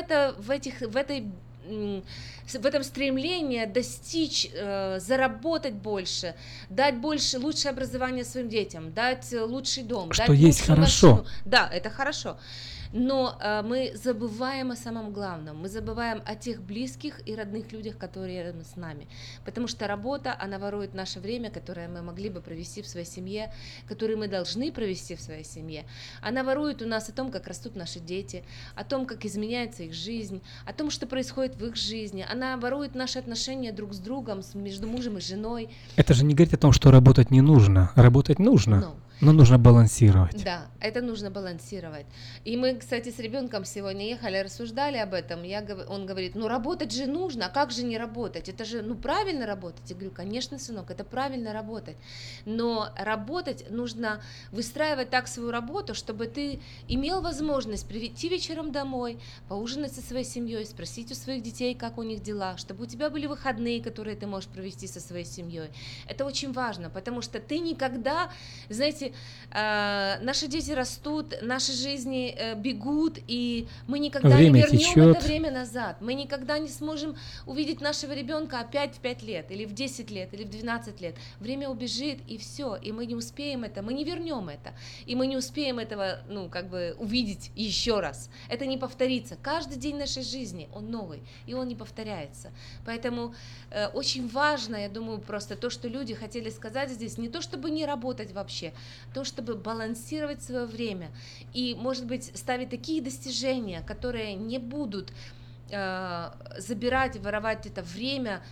этом стремлении достичь, заработать больше, дать лучшее образование своим детям, дать лучший дом, что дать есть хорошо. Машину. Да, это хорошо. Но мы забываем о самом главном, мы забываем о тех близких и родных людях, которые рядом с нами, потому что работа, она ворует наше время, которое мы могли бы провести в своей семье, которое мы должны провести в своей семье. Она ворует у нас о том, как растут наши дети, о том, как изменяется их жизнь, о том, что происходит в их жизни. Она ворует наши отношения друг с другом, между мужем и женой. Это же не говорит о том, что работать не нужно. Работать нужно. Но нужно балансировать. Да, это нужно балансировать. И мы, кстати, с ребенком сегодня ехали, рассуждали об этом. Он говорит, работать же нужно, а как же не работать? Это же, правильно работать. Я говорю, конечно, сынок, это правильно работать. Но работать нужно выстраивать так свою работу, чтобы ты имел возможность прийти вечером домой, поужинать со своей семьей, спросить у своих детей, как у них дела, чтобы у тебя были выходные, которые ты можешь провести со своей семьей. Это очень важно, потому что ты никогда, знаете, наши дети растут, наши жизни бегут, и мы никогда не вернем это время назад. Мы никогда не сможем увидеть нашего ребенка опять в 5 лет, или в 10 лет, или в 12 лет. Время убежит, и все, и мы не успеем это, мы не вернем это, и мы не успеем этого, увидеть еще раз. Это не повторится. Каждый день нашей жизни, он новый, и он не повторяется. Поэтому очень важно, я думаю, просто то, что люди хотели сказать здесь, не то, чтобы не работать вообще, то, чтобы балансировать свое время и, может быть, ставить такие достижения, которые не будут забирать, воровать это время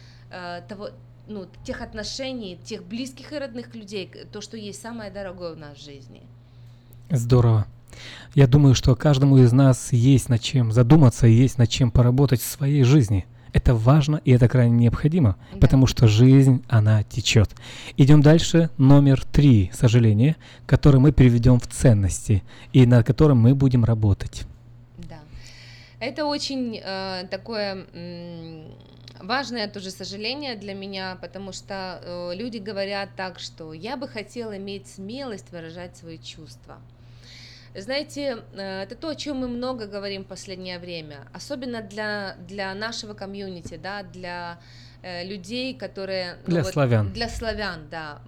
тех отношений, тех близких и родных людей, то, что есть самое дорогое в нашей жизни. Здорово. Я думаю, что каждому из нас есть над чем задуматься, есть над чем поработать в своей жизни. Это важно и это крайне необходимо, потому что жизнь, она течет. Идем дальше. Номер 3, сожаление, который мы переведем в ценности и над которым мы будем работать. Да, это очень такое важное тоже сожаление для меня, потому что люди говорят так, что я бы хотела иметь смелость выражать свои чувства. Знаете, это то, о чем мы много говорим в последнее время, особенно для нашего комьюнити, да, для людей, которые... славян. Для славян, да.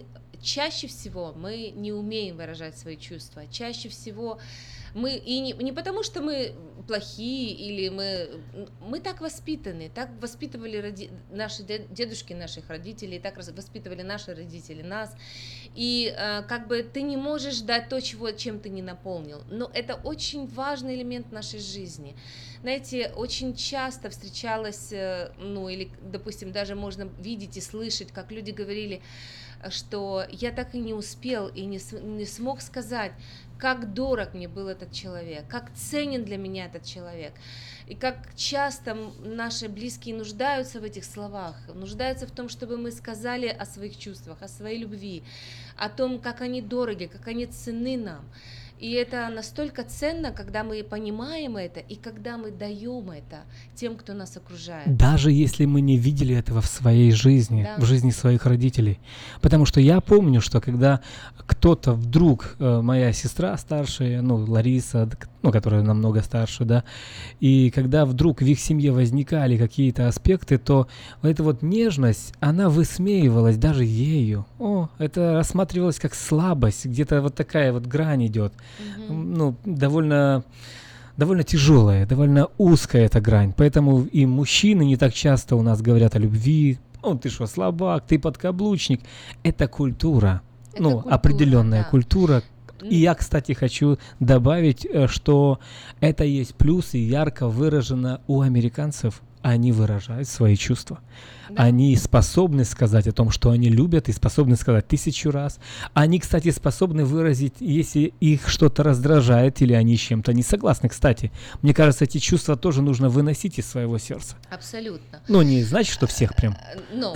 Чаще всего мы не умеем выражать свои чувства, чаще всего мы, и не потому, что мы плохие, или мы так воспитаны, так воспитывали наши дедушки наших родителей, так воспитывали наши родители нас, и ты не можешь дать то, чем ты не наполнил, но это очень важный элемент нашей жизни. Знаете, очень часто встречалось, или, допустим, даже можно видеть и слышать, как люди говорили, что я так и не успел и не смог сказать, как дорог мне был этот человек, как ценен для меня этот человек, и как часто наши близкие нуждаются в этих словах, нуждаются в том, чтобы мы сказали о своих чувствах, о своей любви, о том, как они дороги, как они ценны нам. И это настолько ценно, когда мы понимаем это и когда мы даем это тем, кто нас окружает. Даже если мы не видели этого в своей жизни, да, в жизни своих родителей. Потому что я помню, что когда кто-то вдруг, моя сестра старшая, Лариса, которая намного старше, да, и когда вдруг в их семье возникали какие-то аспекты, то эта нежность, она высмеивалась даже ею. Это рассматривалось как слабость, где-то такая грань идет. Довольно тяжелая, довольно узкая эта грань. Поэтому и мужчины не так часто у нас говорят о любви. Ты что, слабак, ты подкаблучник. Это культура. Определенная культура. И я, кстати, хочу добавить, что это есть плюс и ярко выражено у американцев. они выражают свои чувства. Да. Они способны сказать о том, что они любят, и способны сказать 1000 раз. Они, кстати, способны выразить, если их что-то раздражает или они с чем-то не согласны. Кстати, мне кажется, эти чувства тоже нужно выносить из своего сердца. Абсолютно. Но не значит, что всех прям. Но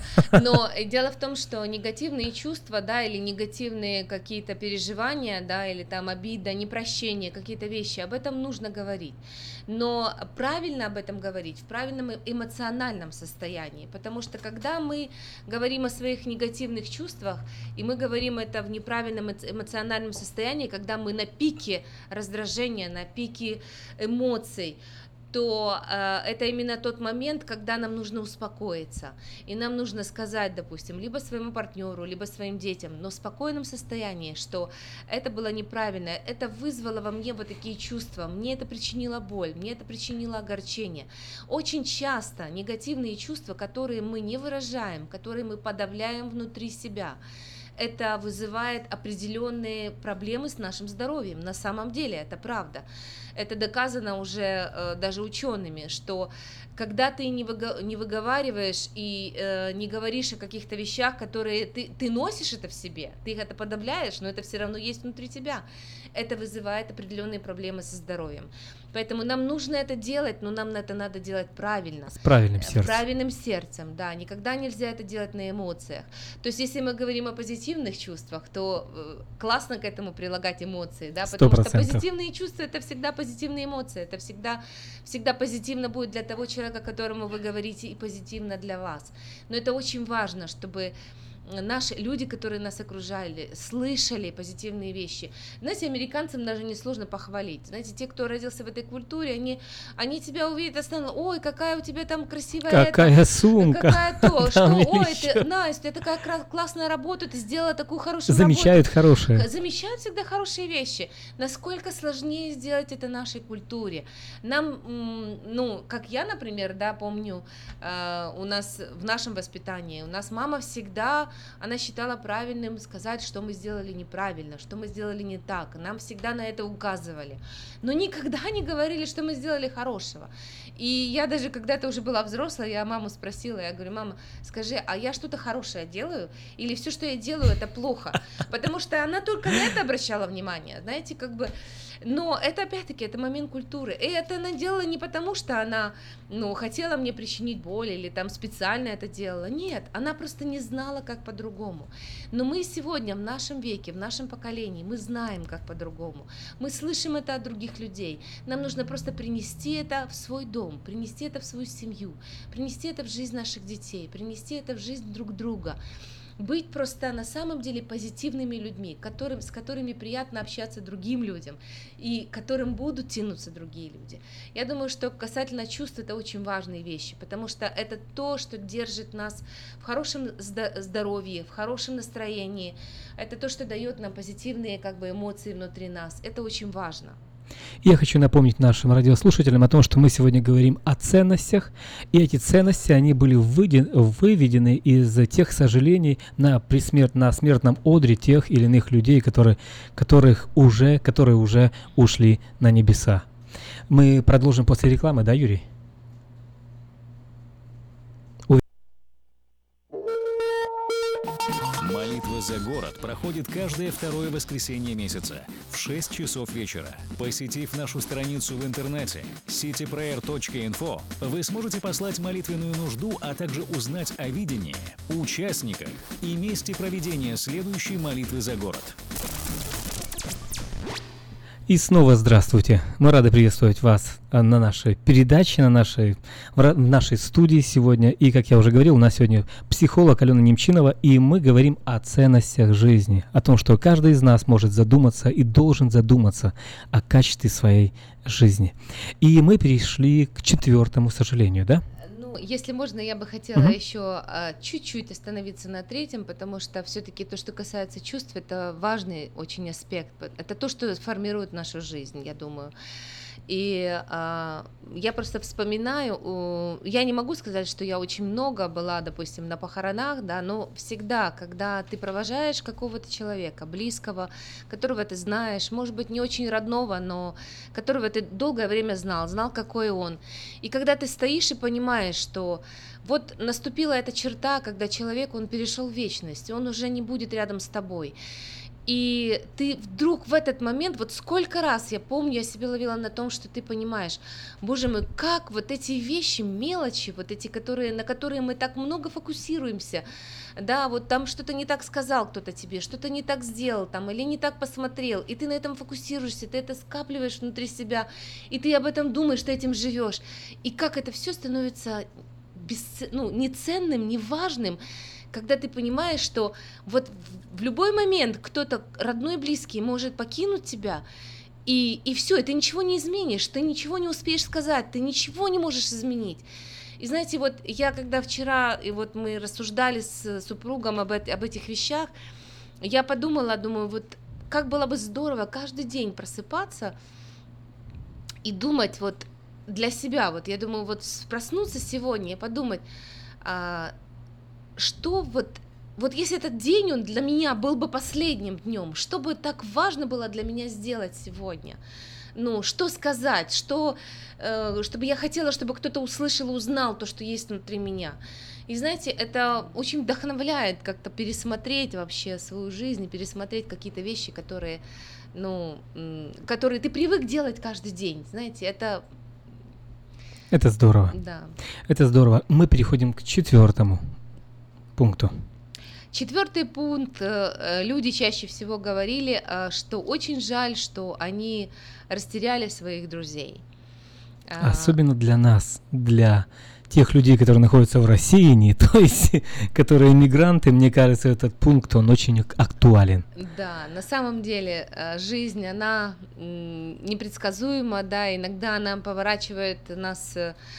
дело в том, что негативные чувства, да, или негативные какие-то переживания, да, или там обида, непрощение, какие-то вещи, об этом нужно говорить. Но правильно об этом говорить в правильном эмоциональном состоянии, потому что когда мы говорим о своих негативных чувствах, и мы говорим это в неправильном эмоциональном состоянии, когда мы на пике раздражения, на пике эмоций, то это именно тот момент, когда нам нужно успокоиться, и нам нужно сказать, допустим, либо своему партнеру, либо своим детям, но в спокойном состоянии, что это было неправильно, это вызвало во мне вот такие чувства, мне это причинило боль, мне это причинило огорчение. Очень часто негативные чувства, которые мы не выражаем, которые мы подавляем внутри себя, это вызывает определенные проблемы с нашим здоровьем. На самом деле это правда. Это доказано уже даже учеными, что когда ты не выговариваешь и не говоришь о каких-то вещах, которые ты носишь это в себе, ты их это подавляешь, но это все равно есть внутри тебя, это вызывает определенные проблемы со здоровьем. Поэтому нам нужно это делать, но нам это надо делать правильно. С правильным сердцем. Правильным сердцем, да. Никогда нельзя это делать на эмоциях. То есть, если мы говорим о позитивных чувствах, то классно к этому прилагать эмоции, да, потому 100%. что позитивные чувства — это всегда позитивные эмоции, это всегда позитивно будет для того человека, которому вы говорите, и позитивно для вас. Но это очень важно, чтобы наши люди, которые нас окружали, слышали позитивные вещи. Знаете, американцам даже несложно похвалить. Знаете, те, кто родился в этой культуре, они тебя увидят, останутся: ой, какая у тебя там красивая какая сумка, какая то, что, ой, еще. Настя, ты такая классная работа, ты сделала такую хорошую Замечают работу. хорошие. Замечают всегда хорошие вещи. Насколько сложнее сделать это нашей культуре. Нам, как я, например, да, помню, у нас в нашем воспитании, у нас мама всегда, она считала правильным сказать, что мы сделали неправильно, что мы сделали не так. Нам всегда на это указывали. Но никогда не говорили, что мы сделали хорошего. И я даже когда-то уже была взрослая, я маму спросила, я говорю: мама, скажи, а я что-то хорошее делаю? Или все, что я делаю, это плохо? Потому что она только на это обращала внимание, знаете, как бы... Но это, опять-таки, это момент культуры. И это она делала не потому, что она, хотела мне причинить боль или там специально это делала. Нет, она просто не знала, как по-другому. Но мы сегодня, в нашем веке, в нашем поколении, мы знаем, как по-другому. Мы слышим это от других людей. Нам нужно просто принести это в свой дом, принести это в свою семью, принести это в жизнь наших детей, принести это в жизнь друг друга. Быть просто на самом деле позитивными людьми, с которыми приятно общаться другим людям и к которым будут тянуться другие люди. Я думаю, что касательно чувств это очень важные вещи, потому что это то, что держит нас в хорошем здоровье, в хорошем настроении, это то, что дает нам позитивные эмоции внутри нас. Это очень важно. Я хочу напомнить нашим радиослушателям о том, что мы сегодня говорим о ценностях, и эти ценности, они были выведены из тех сожалений на смертном одре тех или иных людей, которые уже ушли на небеса. Мы продолжим после рекламы, да, Юрий? Молитва за город проходит каждое второе воскресенье месяца в 6 часов вечера. Посетив нашу страницу в интернете cityprayer.info, вы сможете послать молитвенную нужду, а также узнать о видении, участниках и месте проведения следующей молитвы за город. И снова здравствуйте. Мы рады приветствовать вас на нашей передаче, в нашей студии сегодня. И, как я уже говорил, у нас сегодня психолог Алена Немчинова, и мы говорим о ценностях жизни, о том, что каждый из нас может задуматься и должен задуматься о качестве своей жизни. И мы перешли к 4-му сожалению, да? Если можно, я бы хотела еще чуть-чуть остановиться на 3-м, потому что все-таки то, что касается чувств, это важный очень аспект. Это то, что формирует нашу жизнь, я думаю. И я просто вспоминаю, я не могу сказать, что я очень много была, допустим, на похоронах, да, но всегда, когда ты провожаешь какого-то человека, близкого, которого ты знаешь, может быть, не очень родного, но которого ты долгое время знал, какой он, и когда ты стоишь и понимаешь, что вот наступила эта черта, когда человек, он перешел в вечность, он уже не будет рядом с тобой. И ты вдруг в этот момент, вот сколько раз я помню, я себя ловила на том, что ты понимаешь, боже мой, как вот эти вещи, мелочи, вот эти, на которые мы так много фокусируемся, да, вот там что-то не так сказал кто-то тебе, что-то не так сделал там, или не так посмотрел, и ты на этом фокусируешься, ты это скапливаешь внутри себя, и ты об этом думаешь, ты этим живешь, и как это все становится неценным, неважным, когда ты понимаешь, что вот в любой момент кто-то родной, близкий может покинуть тебя, и все, и ты ничего не изменишь, ты ничего не успеешь сказать, ты ничего не можешь изменить. И знаете, вот я когда вчера, и вот мы рассуждали с супругом об этих вещах, я думаю, вот как было бы здорово каждый день просыпаться и думать вот для себя, вот я думаю, вот проснуться сегодня и подумать, что вот если этот день, он для меня был бы последним днем, что бы так важно было для меня сделать сегодня? Ну, что сказать, чтобы я хотела, чтобы кто-то услышал и узнал то, что есть внутри меня. И знаете, это очень вдохновляет как-то пересмотреть вообще свою жизнь, пересмотреть какие-то вещи, которые ты привык делать каждый день. Знаете, это здорово. Да. Это здорово. Мы переходим к 4 пункту. 4 пункт. Люди чаще всего говорили, что очень жаль, что они растеряли своих друзей. Особенно для нас, для тех людей, которые находятся в России, то есть, которые мигранты, мне кажется, этот пункт, он очень актуален. Да, на самом деле жизнь, она непредсказуема, да, иногда она поворачивает нас,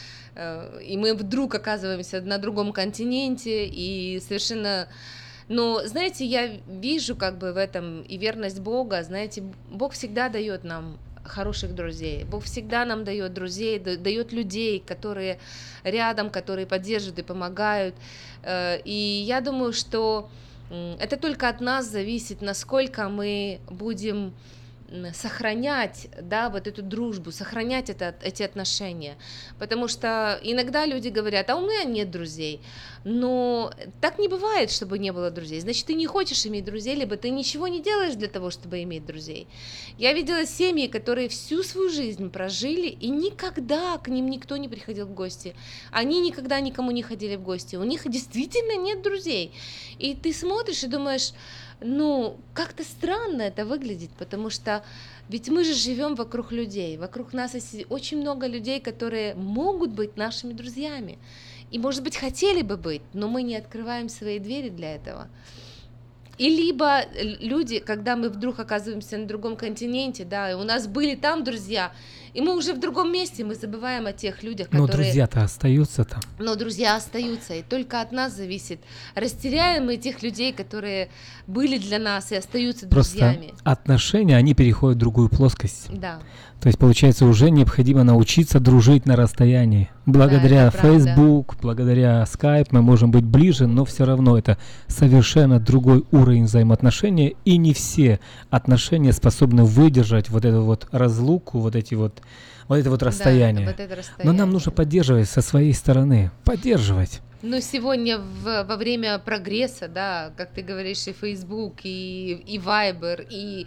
и мы вдруг оказываемся на другом континенте, и совершенно... Но, знаете, я вижу как бы в этом и верность Бога, знаете, Бог всегда дает нам хороших друзей, Бог всегда нам дает друзей, дает людей, которые рядом, которые поддерживают и помогают, и я думаю, что это только от нас зависит, насколько мы будем сохранять, да, вот эту дружбу, сохранять эти отношения, потому что иногда люди говорят, а у меня нет друзей, но так не бывает, чтобы не было друзей, значит, ты не хочешь иметь друзей, либо ты ничего не делаешь для того, чтобы иметь друзей. Я видела семьи, которые всю свою жизнь прожили, и никогда к ним никто не приходил в гости, они никогда никому не ходили в гости, у них действительно нет друзей, и ты смотришь и думаешь, как-то странно это выглядит, потому что ведь мы же живем вокруг людей, вокруг нас есть очень много людей, которые могут быть нашими друзьями, и, может быть, хотели бы быть, но мы не открываем свои двери для этого. И либо люди, когда мы вдруг оказываемся на другом континенте, да, и у нас были там друзья, и мы уже в другом месте, мы забываем о тех людях, которые... Но друзья-то остаются там. Но друзья остаются, и только от нас зависит, растеряем мы тех людей, которые были для нас и остаются друзьями. Просто отношения, они переходят в другую плоскость. Да. То есть, получается, уже необходимо научиться дружить на расстоянии. Благодаря Facebook, благодаря Skype мы можем быть ближе, но все равно это совершенно другой уровень взаимоотношений, и не все отношения способны выдержать вот эту вот разлуку, вот это вот расстояние. Да, вот это расстояние. Но нам нужно поддерживать со своей стороны, поддерживать. Ну, сегодня во время прогресса, да, как ты говоришь, и Facebook, и Viber, и,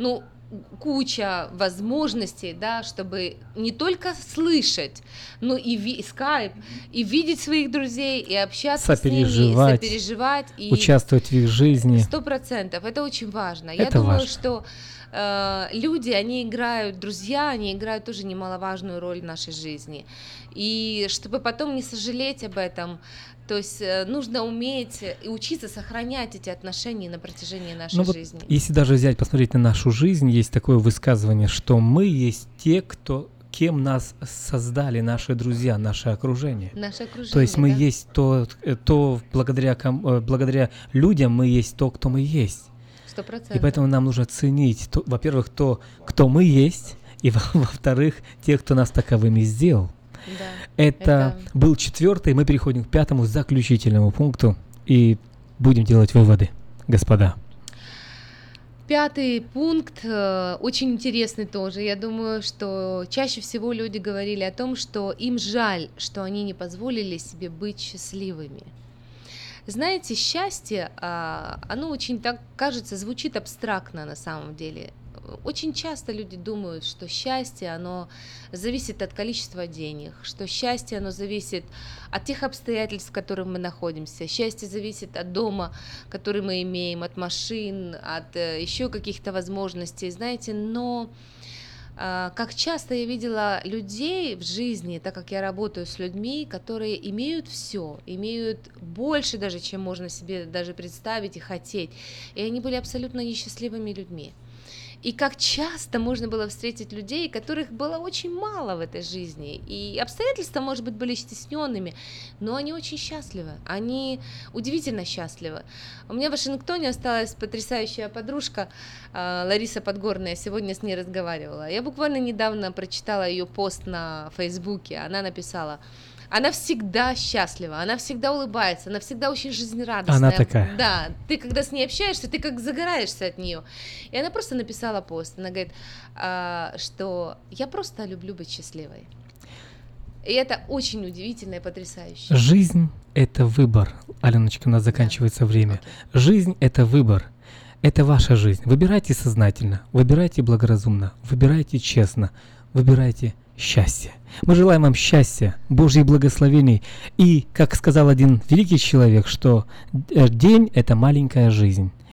куча возможностей, да, чтобы не только слышать, но и Skype, и видеть своих друзей, и общаться с ними, сопереживать, и участвовать в их жизни. 100%. Это очень важно. Это Я думаю, важно. что люди, они играют тоже немаловажную роль в нашей жизни. И чтобы потом не сожалеть об этом, то есть нужно уметь и учиться сохранять эти отношения на протяжении нашей жизни. Если даже посмотреть на нашу жизнь, есть такое высказывание, что мы есть те, кем нас создали наши друзья, наше окружение. Наше окружение, то есть мы да? есть благодаря людям мы есть то, кто мы есть. 100%. И поэтому нам нужно ценить, во-первых, то, кто мы есть, И во-вторых, тех, кто нас таковыми сделал. Да, Это был 4-й, мы переходим к 5-му заключительному пункту и будем делать выводы, господа. 5-й пункт очень интересный тоже. Я думаю, что чаще всего люди говорили о том, что им жаль, что они не позволили себе быть счастливыми. Знаете, счастье, оно очень так, кажется, звучит абстрактно на самом деле. Очень часто люди думают, что счастье, оно зависит от количества денег, что счастье, оно зависит от тех обстоятельств, в которых мы находимся. Счастье зависит от дома, который мы имеем, от машин, от еще каких-то возможностей, знаете, но как часто я видела людей в жизни, так как я работаю с людьми, которые имеют все, имеют больше даже, чем можно себе даже представить и хотеть, и они были абсолютно несчастливыми людьми. И как часто можно было встретить людей, которых было очень мало в этой жизни, и обстоятельства, может быть, были стесненными, но они очень счастливы, они удивительно счастливы. У меня в Вашингтоне осталась потрясающая подружка Лариса Подгорная, сегодня с ней разговаривала. Я буквально недавно прочитала ее пост на Фейсбуке, она написала: она всегда счастлива, она всегда улыбается, она всегда очень жизнерадостная. Она такая. Да, ты когда с ней общаешься, ты как загораешься от нее. И она просто написала пост, она говорит, что я просто люблю быть счастливой. И это очень удивительно и потрясающе. Жизнь — это выбор. Аленочка, у нас заканчивается время. Жизнь — это выбор. Это ваша жизнь. Выбирайте сознательно, выбирайте благоразумно, выбирайте честно, выбирайте счастье. Мы желаем вам счастья, Божьих благословений. И, как сказал один великий человек, что день — это маленькая жизнь.